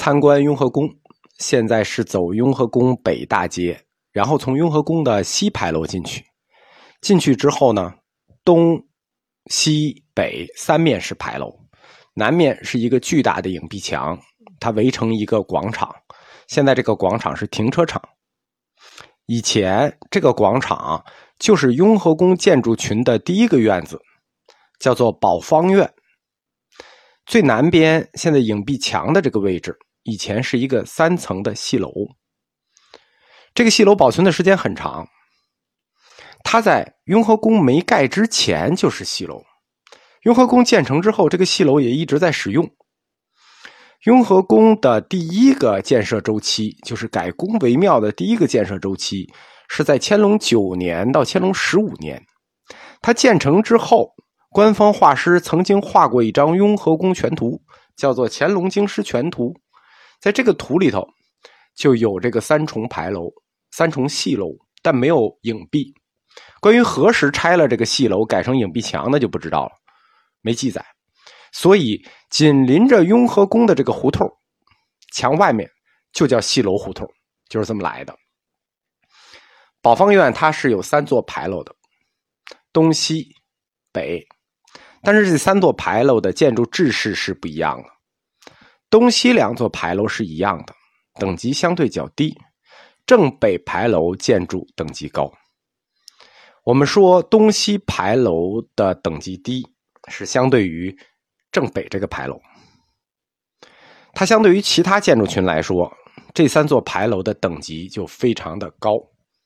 参观雍和宫，现在是走雍和宫北大街，然后从雍和宫的西牌楼进去。进去之后呢，东、西、北三面是牌楼，南面是一个巨大的影壁墙，它围成一个广场。现在这个广场是停车场。以前这个广场就是雍和宫建筑群的第一个院子，叫做宝芳院。最南边现在影壁墙的这个位置，以前是一个3层的戏楼。这个戏楼保存的时间很长，它在雍和宫没盖之前就是戏楼，雍和宫建成之后，这个戏楼也一直在使用。雍和宫的第一个建设周期，就是改宫为庙的第一个建设周期，是在乾隆9年到乾隆15年。它建成之后，官方画师曾经画过一张雍和宫全图，叫做《乾隆京师全图》。在这个图里头就有这个3重牌楼、3重戏楼，但没有影壁。关于何时拆了这个戏楼改成影壁墙，那就不知道了，没记载。所以紧邻着雍和宫的这个胡同，墙外面就叫戏楼胡同，就是这么来的。宝芳院它是有3座牌楼的，东西北，但是这3座牌楼的建筑制式是不一样的。东西2座牌楼是一样的，等级相对较低，正北牌楼建筑等级高。我们说东西牌楼的等级低，是相对于正北这个牌楼。它相对于其他建筑群来说，这3座牌楼的等级就非常的高。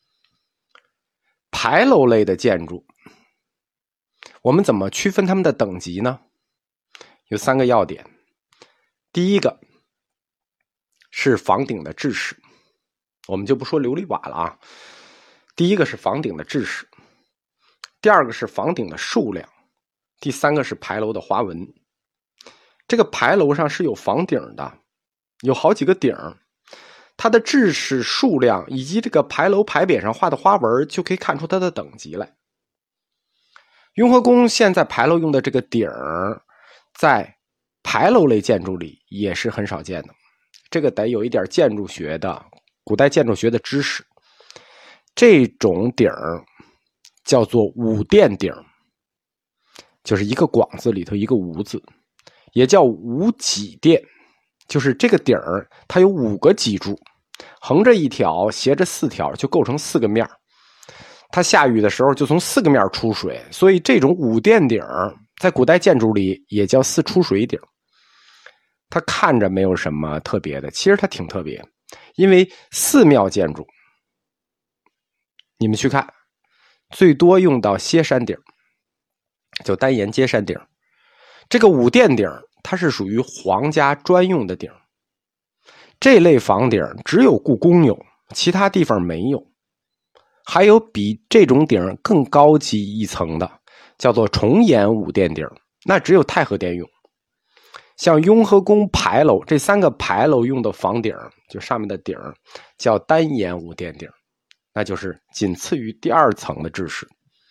牌楼类的建筑，我们怎么区分它们的等级呢？有3个要点。第一个是房顶的制式，我们就不说琉璃瓦了啊。第一个是房顶的制式，第二个是房顶的数量，第3个是牌楼的花纹。这个牌楼上是有房顶的，有好几个顶，它的制式、数量以及这个牌楼牌匾上画的花纹，就可以看出它的等级来。雍和宫现在牌楼用的这个顶，在牌楼类建筑里也是很少见的，这个得有一点建筑学的、古代建筑学的知识。这种顶叫做五殿顶，就是一个广字里头一个无字，也叫五脊殿，就是这个顶它有5个脊柱，横着1条，斜着4条，就构成4个面。它下雨的时候就从4个面出水，所以这种五殿顶在古代建筑里也叫4出水顶。它看着没有什么特别的，其实它挺特别，因为寺庙建筑你们去看最多用到歇山顶，就单檐接山顶。这个五殿顶它是属于皇家专用的顶，这类房顶只有故宫有，其他地方没有。还有比这种顶更高级一层的，叫做重檐五殿顶，那只有太和殿用。像雍和宫牌楼这3个牌楼用的房顶，就上面的顶叫单檐五殿顶，那就是仅次于第2层的制式。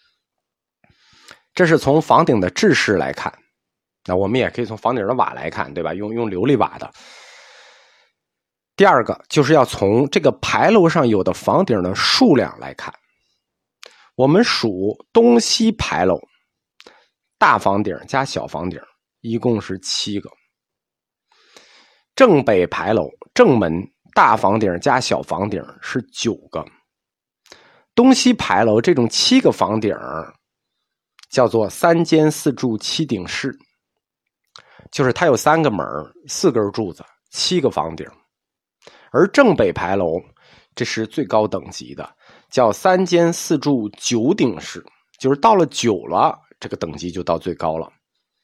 这是从房顶的制式来看，那我们也可以从房顶的瓦来看，对吧？用琉璃瓦的。第2个就是要从这个牌楼上有的房顶的数量来看。我们数东西牌楼，大房顶加小房顶一共是7个。正北牌楼，正门大房顶加小房顶是9个。东西牌楼这种7个房顶叫做3间4柱7顶式，就是它有3个门4根柱子7个房顶。而正北牌楼这是最高等级的，叫3间4柱9顶式，就是到了9了，这个等级就到最高了。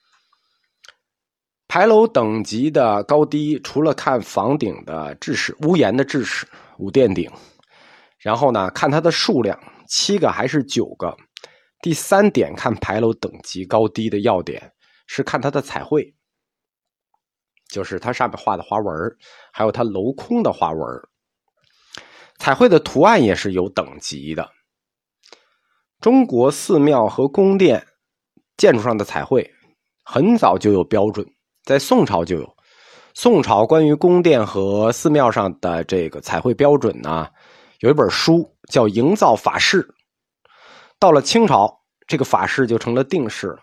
牌楼等级的高低，除了看房顶的制式、屋檐的制式、五殿顶，然后呢看它的数量，7个还是9个。第3点看牌楼等级高低的要点是看它的彩绘，就是它上面画的花纹，还有它镂空的花纹。彩绘的图案也是有等级的。中国寺庙和宫殿建筑上的彩绘很早就有标准，在宋朝就有。 宋朝关于宫殿和寺庙上的这个彩绘标准呢，有一本书叫《营造法式》。到了清朝，这个法式就成了定式了。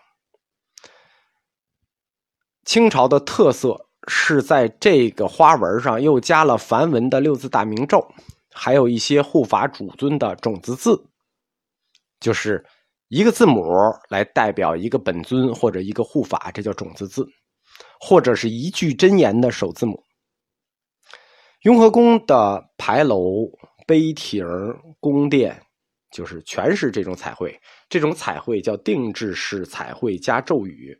清朝的特色是在这个花纹上又加了梵文的六字大明咒，还有一些护法主尊的种子字，就是一个字母来代表一个本尊或者一个护法，这叫种子字，或者是一句真言的首字母。雍和宫的牌楼、碑亭、宫殿就是全是这种彩绘，这种彩绘叫定制式彩绘加咒语。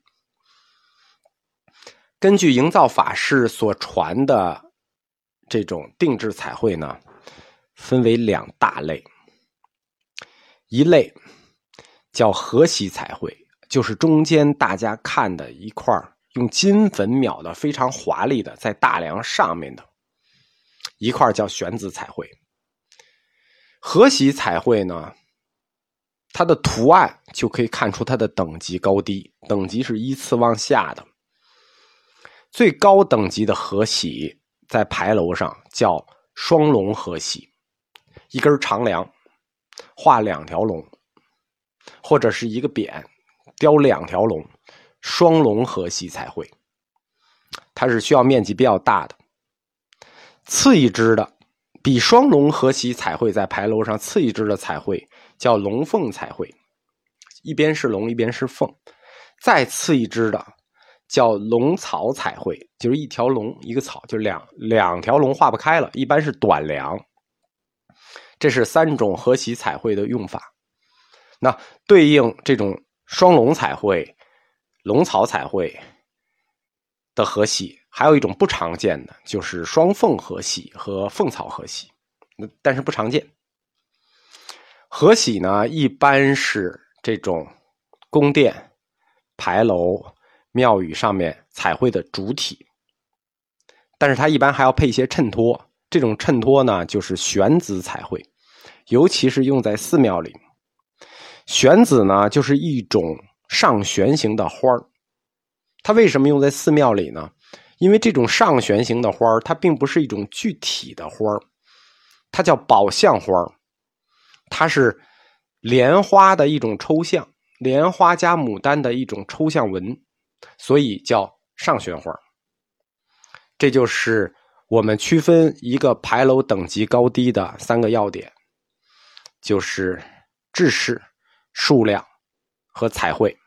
根据营造法式所传的这种定制彩绘呢，分为2大类。一类叫河喜彩绘，就是中间大家看的一块用金粉描的非常华丽的在大梁上面的一块叫玄子彩绘。河喜彩绘呢，它的图案就可以看出它的等级高低，等级是依次往下的。最高等级的河喜在牌楼上叫双龙河喜，一根长梁画2条龙，或者是一个匾雕2条龙，双龙河喜彩绘，它是需要面积比较大的。次一支的比双龙河喜彩绘在牌楼上次一支的彩绘叫龙凤彩绘，一边是龙一边是凤。再次一支的叫龙草彩绘，就是一条龙一个草，就两条龙画不开了，一般是短梁。这是3种河喜彩绘的用法。那对应这种双龙彩绘、龙草彩绘的河喜，还有一种不常见的，就是双凤河喜和凤草河喜，但是不常见。河喜呢，一般是这种宫殿、牌楼、庙宇上面彩绘的主体，但是它一般还要配一些衬托。这种衬托呢，就是玄子彩绘，尤其是用在寺庙里。玄子呢，就是一种上旋形的花儿。它为什么用在寺庙里呢？因为这种上旋形的花儿，它并不是一种具体的花儿，它叫宝相花儿，它是莲花的一种抽象，莲花加牡丹的一种抽象纹，所以叫上旋花。这就是我们区分一个牌楼等级高低的3个要点，就是制式、数量和彩绘。